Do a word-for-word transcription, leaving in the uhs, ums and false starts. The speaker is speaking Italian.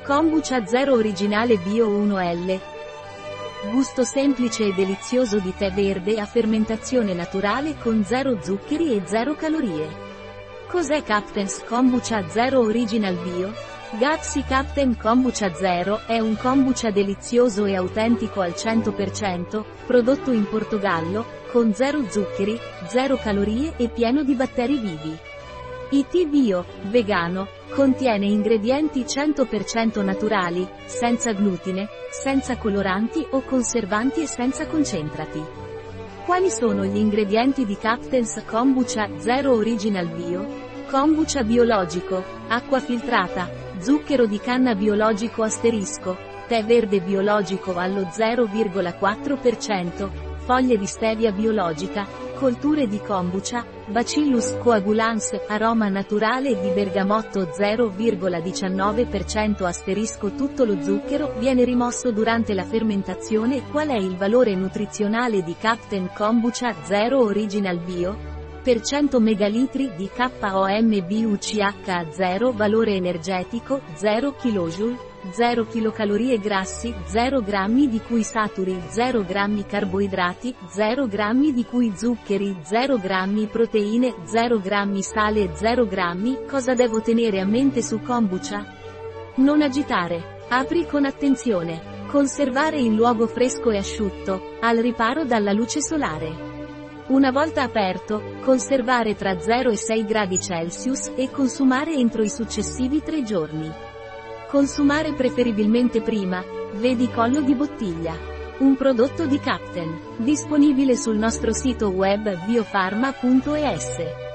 Kombucha zero originale bio uno L. Gusto semplice e delizioso di tè verde a fermentazione naturale con zero zuccheri e zero calorie. Cos'è Captain's Kombucha Zero Original Bio? Gazzi Captain Kombucha Zero è un kombucha delizioso e autentico al cento per cento, prodotto in Portogallo, con zero zuccheri, zero calorie e pieno di batteri vivi. I T bio, vegano, contiene ingredienti cento per cento naturali, senza glutine, senza coloranti o conservanti e senza concentrati. Quali sono gli ingredienti di Captain's Kombucha Zero Original Bio? Kombucha biologico, acqua filtrata, zucchero di canna biologico asterisco, tè verde biologico allo zero virgola quattro per cento, foglie di stevia biologica, colture di kombucha, Bacillus coagulans, aroma naturale di bergamotto zero virgola diciannove per cento asterisco. Tutto lo zucchero viene rimosso durante la fermentazione. Qual è il valore nutrizionale di Captain Kombucha Zero Original Bio? Per cento megalitri di KOMBUCH zero valore energetico, zero chilojoule, zero chilocalorie grassi, zero grammi di cui saturi, zero grammi carboidrati, zero grammi di cui zuccheri, zero grammi proteine, zero grammi sale, zero grammi. Cosa devo tenere a mente su kombucha? Non agitare. Apri con attenzione. Conservare in luogo fresco e asciutto, al riparo dalla luce solare. Una volta aperto, conservare tra zero e sei gradi Celsius e consumare entro i successivi tre giorni. Consumare preferibilmente prima, vedi collo di bottiglia. Un prodotto di Captain, disponibile sul nostro sito web biofarma punto es.